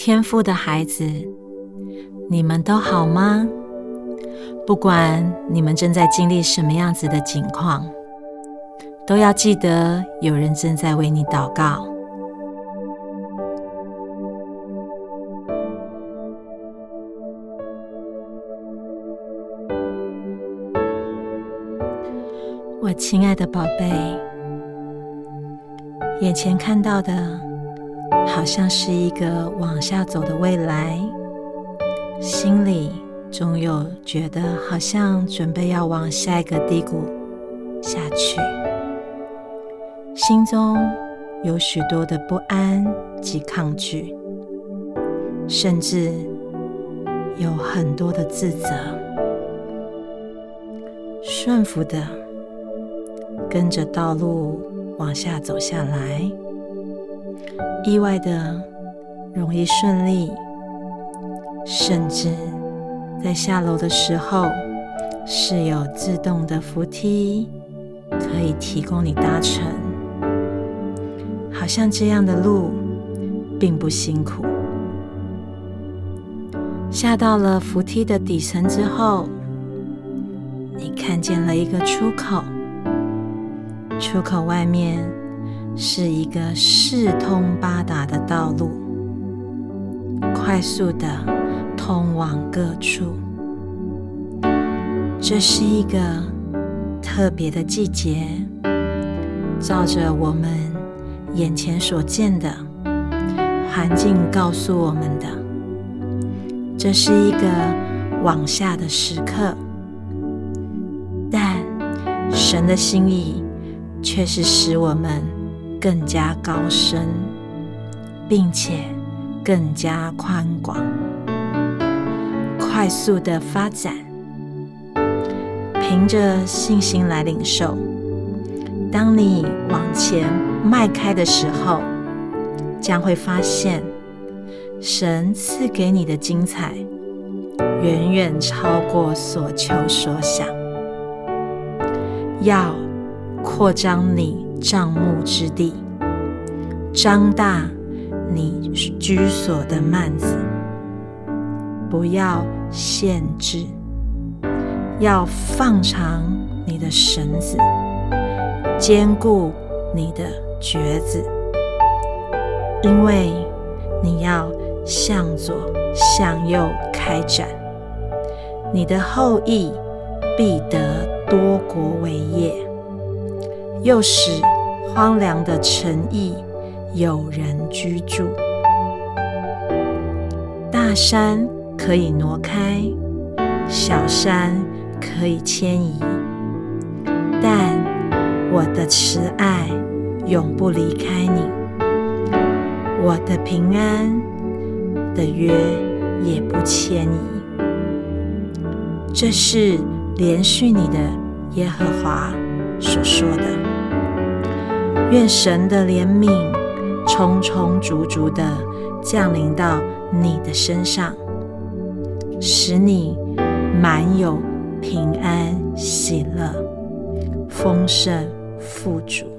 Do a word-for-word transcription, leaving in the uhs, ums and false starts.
天父的孩子，你们都好吗？不管你们正在经历什么样子的境况，都要记得有人正在为你祷告。我亲爱的宝贝，眼前看到的好像是一个往下走的未来，心里总有觉得好像准备要往下一个低谷下去，心中有许多的不安及抗拒，甚至有很多的自责。顺服的跟着道路往下走下来，意外的容易顺利，甚至在下楼的时候是有自动的扶梯可以提供你搭乘，好像这样的路并不辛苦。下到了扶梯的底层之后，你看见了一个出口，出口外面是一个四通八达的道路，快速的通往各处。这是一个特别的季节，照着我们眼前所见的环境告诉我们的，这是一个往下的时刻，但神的心意却是使我们更加高深，并且更加宽广，快速的发展。凭着信心来领受，当你往前迈开的时候，将会发现神赐给你的精彩远远超过所求所想，要扩张你帐幕之地，张大你居所的幔子，不要限制，要放长你的绳子，坚固你的橛子，因为你要向左向右开展，你的后裔必得多国为业，又使荒凉的城邑有人居住。大山可以挪开，小山可以迁移，但我的慈爱永不离开你，我的平安的约也不迁移。这是连续你的耶和华所说的。愿神的怜悯充充足足的降临到你的身上，使你满有平安喜乐，丰盛富足。